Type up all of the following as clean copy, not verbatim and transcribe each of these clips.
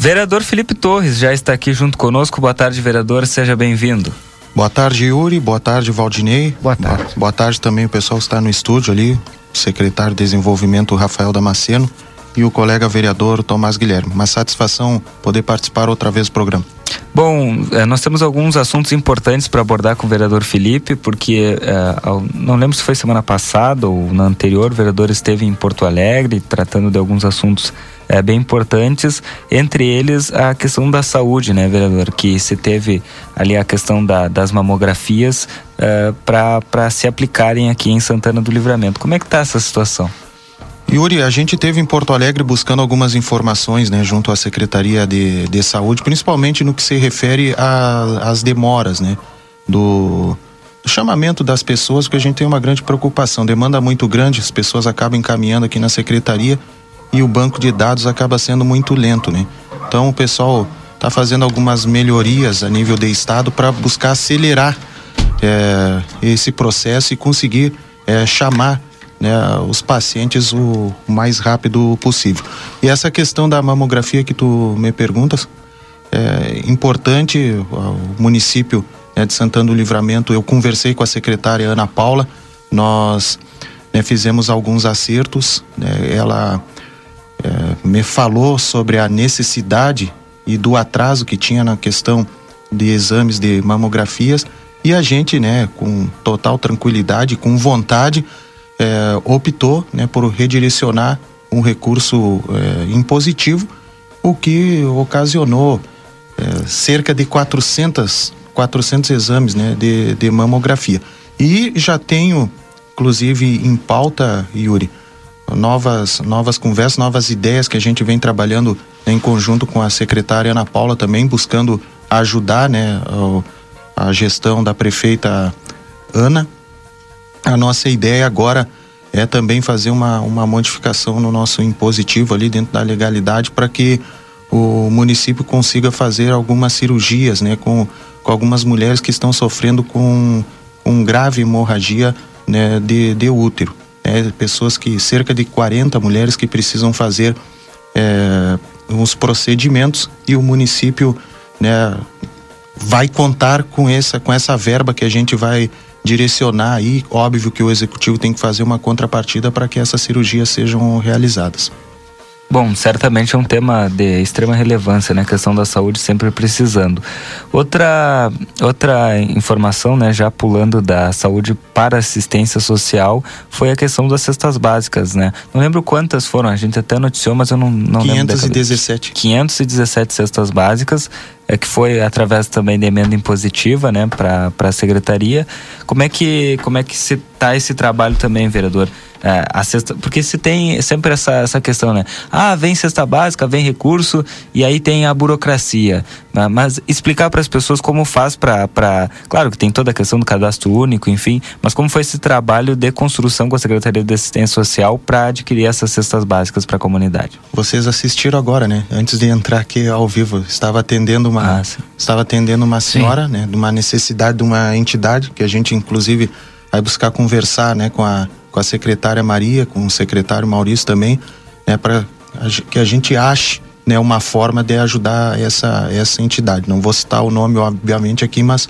Vereador Felipe Torres já está aqui junto conosco. Boa tarde, vereador, seja bem-vindo. Boa tarde, Yuri. Boa tarde, Valdinei. Boa tarde. Boa tarde também o pessoal que está no estúdio ali, o secretário de Desenvolvimento, Rafael Damasceno, e o colega vereador Tomás Guilherme. Uma satisfação poder participar outra vez do programa. Bom, nós temos alguns assuntos importantes para abordar com o vereador Felipe, porque não lembro se foi semana passada ou na anterior, o vereador esteve em Porto Alegre tratando de alguns assuntos bem importantes, entre eles a questão da saúde, né, vereador? Que se teve ali a questão das mamografias para se aplicarem aqui em Santana do Livramento. Como é que está essa situação? Yuri, a gente esteve em Porto Alegre buscando algumas informações, né, junto à Secretaria de Saúde, principalmente no que se refere às demoras, né, do chamamento das pessoas, porque a gente tem uma grande preocupação, demanda muito grande, as pessoas acabam encaminhando aqui na Secretaria e o banco de dados acaba sendo muito lento, né? Então o pessoal está fazendo algumas melhorias a nível de estado para buscar acelerar esse processo e conseguir chamar, né, os pacientes o mais rápido possível. E essa questão da mamografia que tu me perguntas, é importante. O município, né, de Santana do Livramento, eu conversei com a secretária Ana Paula, nós, né, fizemos alguns acertos, né, ela me falou sobre a necessidade e do atraso que tinha na questão de exames de mamografias, e a gente, né, com total tranquilidade, com vontade, optou, né, por redirecionar um recurso impositivo, o que ocasionou cerca de 400 exames, né, de mamografia. E já tenho, inclusive, em pauta, Yuri, novas conversas, novas ideias que a gente vem trabalhando, né, em conjunto com a secretária Ana Paula também, buscando ajudar, né, a gestão da prefeita Ana. A nossa ideia agora é também fazer uma modificação no nosso impositivo ali dentro da legalidade, para que o município consiga fazer algumas cirurgias, né, com algumas mulheres que estão sofrendo com grave hemorragia, né, de útero. Pessoas cerca de 40 mulheres que precisam fazer uns procedimentos, e o município, né, vai contar com essa verba que a gente vai direcionar aí. Óbvio que o executivo tem que fazer uma contrapartida para que essas cirurgias sejam realizadas. Bom, certamente é um tema de extrema relevância, né? A questão da saúde sempre precisando. Outra informação, né? Já pulando da saúde para assistência social, foi a questão das cestas básicas, né? Não lembro quantas foram, a gente até noticiou, mas eu não lembro. 517. 517 cestas básicas, que foi através também de emenda impositiva, né? Para a secretaria. Como é que se está esse trabalho também, vereador? A cesta, porque se tem sempre essa questão, né? Vem cesta básica, vem recurso, e aí tem a burocracia, né? Mas explicar para as pessoas como faz para claro que tem toda a questão do cadastro único, enfim, mas como foi esse trabalho de construção com a Secretaria de Assistência Social para adquirir essas cestas básicas para a comunidade. Vocês assistiram agora, né? Antes de entrar aqui ao vivo, estava atendendo uma senhora, né? De uma necessidade de uma entidade que a gente inclusive vai buscar conversar, né, com a secretária Maria, com o secretário Maurício também, né, para que a gente ache, né, uma forma de ajudar essa entidade. Não vou citar o nome, obviamente, aqui, mas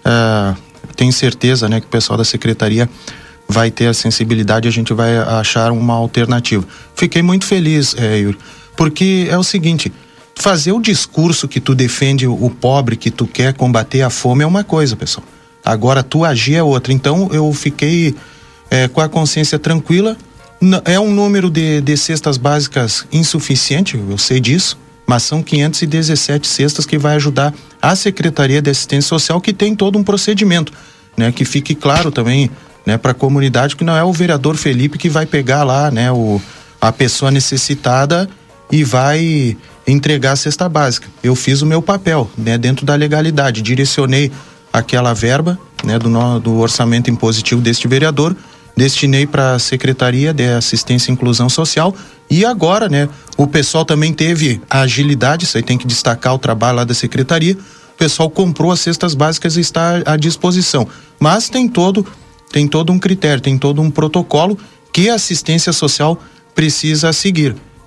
tenho certeza, né, que o pessoal da secretaria vai ter a sensibilidade e a gente vai achar uma alternativa. Fiquei muito feliz, Yuri, porque é o seguinte: fazer o discurso que tu defende o pobre, que tu quer combater a fome, é uma coisa, pessoal. Agora tu agir é outra. Então eu fiquei com a consciência tranquila. É um número de cestas básicas insuficiente, eu sei disso, mas são 517 cestas que vai ajudar a Secretaria de Assistência Social, que tem todo um procedimento, né? Que fique claro também, né, para a comunidade, que não é o vereador Felipe que vai pegar lá, né, a pessoa necessitada e vai entregar a cesta básica. Eu fiz o meu papel, né, dentro da legalidade, direcionei aquela verba, né, do orçamento impositivo deste vereador, destinei para a Secretaria de Assistência e Inclusão Social, e agora, né, o pessoal também teve a agilidade, isso aí tem que destacar o trabalho lá da Secretaria, o pessoal comprou as cestas básicas e está à disposição, mas tem todo um critério, tem todo um protocolo que a assistência social precisa seguir.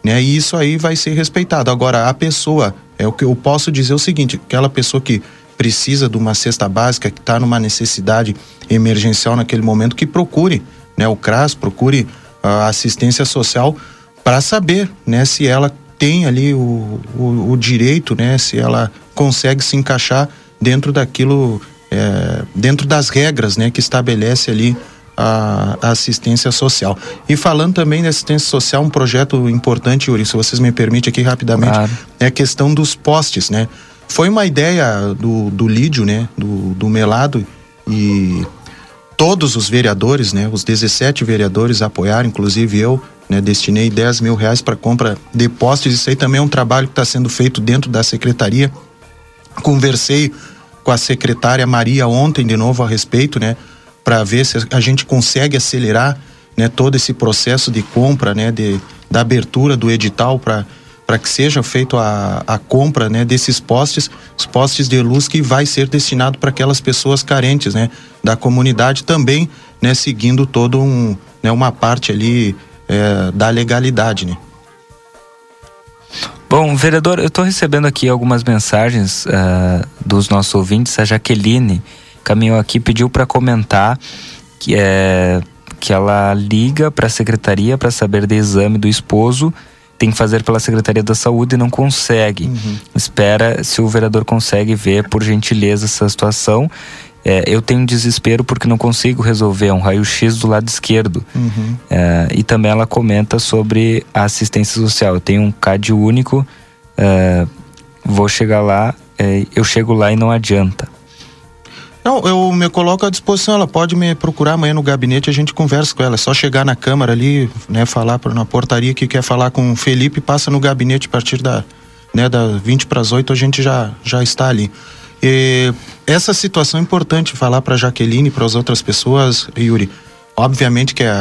né? E isso aí vai ser respeitado. Agora, a pessoa, o que eu posso dizer o seguinte, aquela pessoa que precisa de uma cesta básica, que está numa necessidade emergencial naquele momento, que procure, né, o CRAS, procure a assistência social para saber, né, se ela tem ali o direito, né, se ela consegue se encaixar dentro daquilo, dentro das regras, né, que estabelece ali a assistência social. E falando também da assistência social, um projeto importante, Yuri, se vocês me permitem aqui rapidamente, claro, é a questão dos postes, né? Foi uma ideia do Lídio, né, do Melado, e todos os vereadores, né, os 17 vereadores apoiaram, inclusive eu, né, destinei 10 mil reais para compra de postes. Isso aí também é um trabalho que está sendo feito dentro da secretaria. Conversei com a secretária Maria ontem de novo a respeito, né, para ver se a gente consegue acelerar, né, todo esse processo de compra, né, da abertura do edital para que seja feito a compra, né, desses postes, os postes de luz que vai ser destinado para aquelas pessoas carentes, né, da comunidade também, né, seguindo todo uma parte ali da legalidade, né. Bom, vereador, eu estou recebendo aqui algumas mensagens dos nossos ouvintes. A Jaqueline caminhou aqui, pediu para comentar que ela liga para a secretaria para saber do exame do esposo, tem que fazer pela Secretaria da Saúde e não consegue. Espera se o vereador consegue ver, por gentileza, essa situação. Eu tenho desespero porque não consigo resolver, um raio-x do lado esquerdo. E também ela comenta sobre a assistência social. Eu tenho um CAD único, vou chegar lá, eu chego lá e não adianta. Não, eu me coloco à disposição, ela pode me procurar amanhã no gabinete, a gente conversa com ela, é só chegar na Câmara ali, né, falar na portaria que quer falar com o Felipe, passa no gabinete a partir da 20 para as 8, a gente já está ali. E essa situação é importante falar para a Jaqueline e para as outras pessoas, Yuri. Obviamente que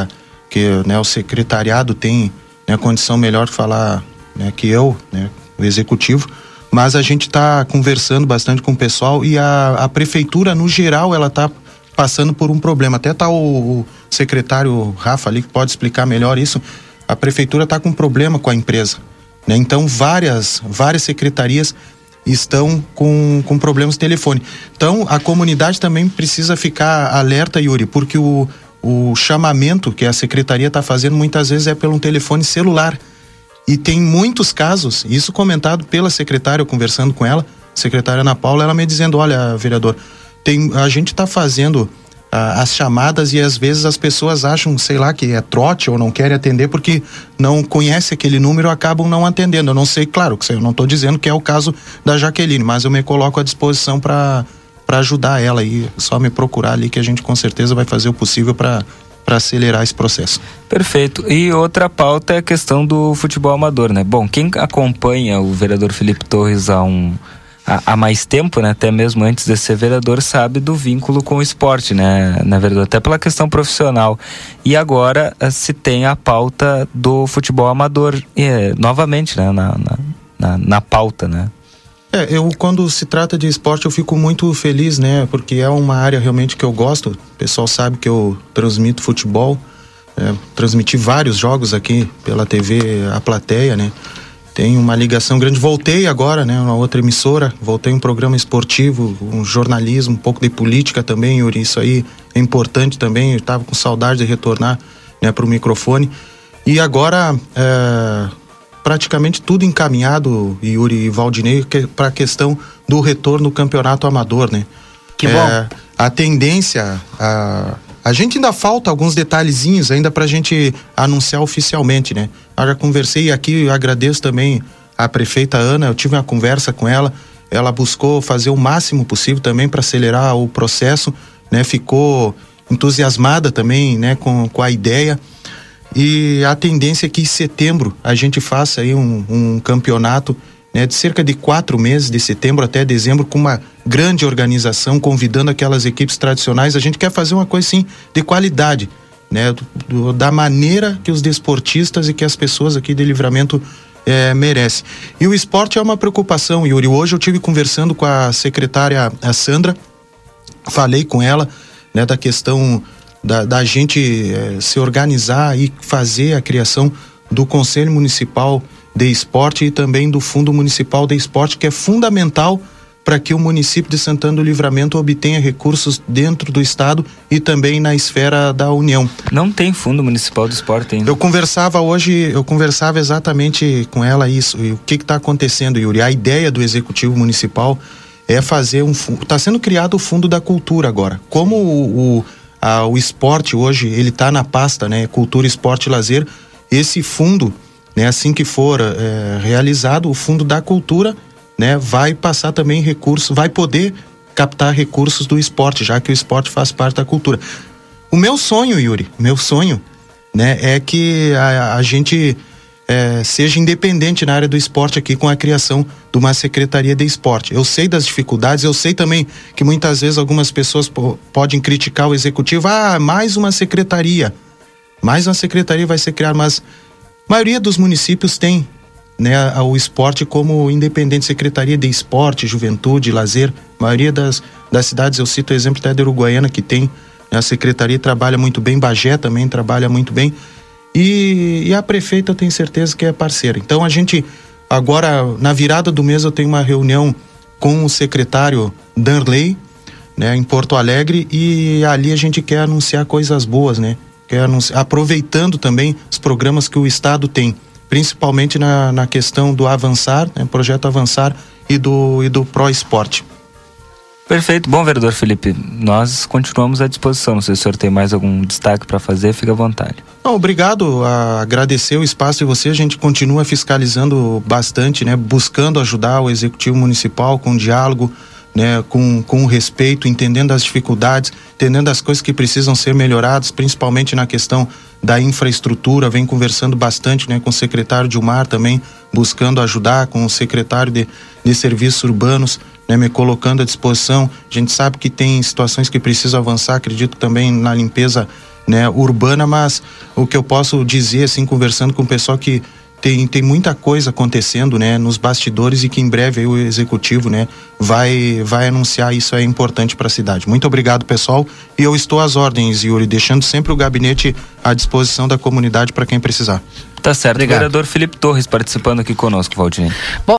o secretariado tem, né, condição melhor de falar, né, que eu, né, o executivo, mas a gente está conversando bastante com o pessoal e a prefeitura, no geral, ela está passando por um problema. Até está o secretário Rafa ali, que pode explicar melhor isso. A prefeitura está com um problema com a empresa, né? Então, várias secretarias estão com problemas de telefone. Então, a comunidade também precisa ficar alerta, Yuri, porque o chamamento que a secretaria está fazendo muitas vezes é pelo telefone celular. E tem muitos casos, isso comentado pela secretária, eu conversando com ela, secretária Ana Paula, ela me dizendo, olha, vereador, a gente está fazendo as chamadas e às vezes as pessoas acham, sei lá, que é trote ou não querem atender porque não conhece aquele número, acabam não atendendo. Eu não sei, claro, eu não estou dizendo que é o caso da Jaqueline, mas eu me coloco à disposição para ajudar ela e só me procurar ali que a gente com certeza vai fazer o possível para acelerar esse processo. Perfeito. E outra pauta é a questão do futebol amador, né? Bom, quem acompanha o vereador Felipe Torres há mais tempo, né? Até mesmo antes de ser vereador, sabe do vínculo com o esporte, né? Na verdade, até pela questão profissional. E agora se tem a pauta do futebol amador novamente, né? Na pauta, né? Eu quando se trata de esporte eu fico muito feliz, né? Porque é uma área realmente que eu gosto. O pessoal sabe que eu transmito futebol, transmiti vários jogos aqui pela TV A Plateia, né? Tenho uma ligação grande, voltei agora, né? Uma outra emissora, voltei um programa esportivo, um jornalismo, um pouco de política também, Yuri, isso aí é importante também, eu estava com saudade de retornar, né, para o microfone. E agora praticamente tudo encaminhado, Yuri e Valdinei, para a questão do retorno do campeonato amador, né? Que bom. A tendência, a gente ainda falta alguns detalhezinhos ainda para a gente anunciar oficialmente, né? Eu já conversei aqui, eu agradeço também a prefeita Ana, eu tive uma conversa com ela, ela buscou fazer o máximo possível também para acelerar o processo, né? Ficou entusiasmada também, né, com a ideia. E a tendência é que em setembro a gente faça aí um campeonato, né, de cerca de 4 meses, de setembro até dezembro, com uma grande organização, convidando aquelas equipes tradicionais. A gente quer fazer uma coisa assim de qualidade, né, da maneira que os desportistas e que as pessoas aqui de Livramento merecem. E o esporte é uma preocupação, Yuri. Hoje eu tive conversando com a secretária a Sandra, falei com ela, né, da questão da gente se organizar e fazer a criação do Conselho Municipal de Esporte e também do Fundo Municipal de Esporte, que é fundamental para que o município de Santana do Livramento obtenha recursos dentro do estado e também na esfera da União. Não tem Fundo Municipal de Esporte ainda. Eu conversava exatamente com ela isso. E o que está acontecendo, Yuri? A ideia do Executivo Municipal é fazer está sendo criado o Fundo da Cultura agora. Como o esporte hoje, ele está na pasta, né? Cultura, Esporte e Lazer, esse fundo, né? Assim que for realizado, o Fundo da Cultura, né, vai passar também recursos, vai poder captar recursos do esporte, já que o esporte faz parte da cultura. O meu sonho, Yuri, né, é que a gente seja independente na área do esporte aqui com a criação de uma Secretaria de Esporte. Eu sei das dificuldades, eu sei também que muitas vezes algumas pessoas podem criticar o Executivo, mais uma secretaria vai ser criada, mas a maioria dos municípios tem, né, o esporte como independente, Secretaria de Esporte, Juventude, Lazer. A maioria das cidades, eu cito o exemplo até da Uruguaiana, que tem, né, a secretaria trabalha muito bem, Bagé também trabalha muito bem, e a prefeita eu tenho certeza que é parceira. Então a gente, agora na virada do mês, eu tenho uma reunião com o secretário Danley, né, em Porto Alegre, e ali a gente quer anunciar coisas boas, né, aproveitando também os programas que o estado tem, principalmente na questão do Avançar, né, projeto Avançar e do Pro Esporte. Perfeito. Bom, vereador Felipe, nós continuamos à disposição. Não sei se o senhor tem mais algum destaque para fazer, fica à vontade. Não, obrigado, agradecer o espaço de você. A gente continua fiscalizando bastante, né, buscando ajudar o Executivo Municipal com diálogo, né, com respeito, entendendo as dificuldades, entendendo as coisas que precisam ser melhoradas, principalmente na questão da infraestrutura. Vem conversando bastante, né, com o secretário Dilmar também, buscando ajudar, com o secretário de Serviços Urbanos, né, me colocando à disposição. A gente sabe que tem situações que precisam avançar, acredito também na limpeza, né, urbana, mas o que eu posso dizer, assim, conversando com o pessoal, que tem muita coisa acontecendo, né, nos bastidores, e que em breve aí o Executivo, né, vai anunciar. Isso é importante para a cidade. Muito obrigado, pessoal, e eu estou às ordens, Yuri, deixando sempre o gabinete à disposição da comunidade para quem precisar. Tá certo. Obrigado. Vereador Felipe Torres participando aqui conosco, Valdinei.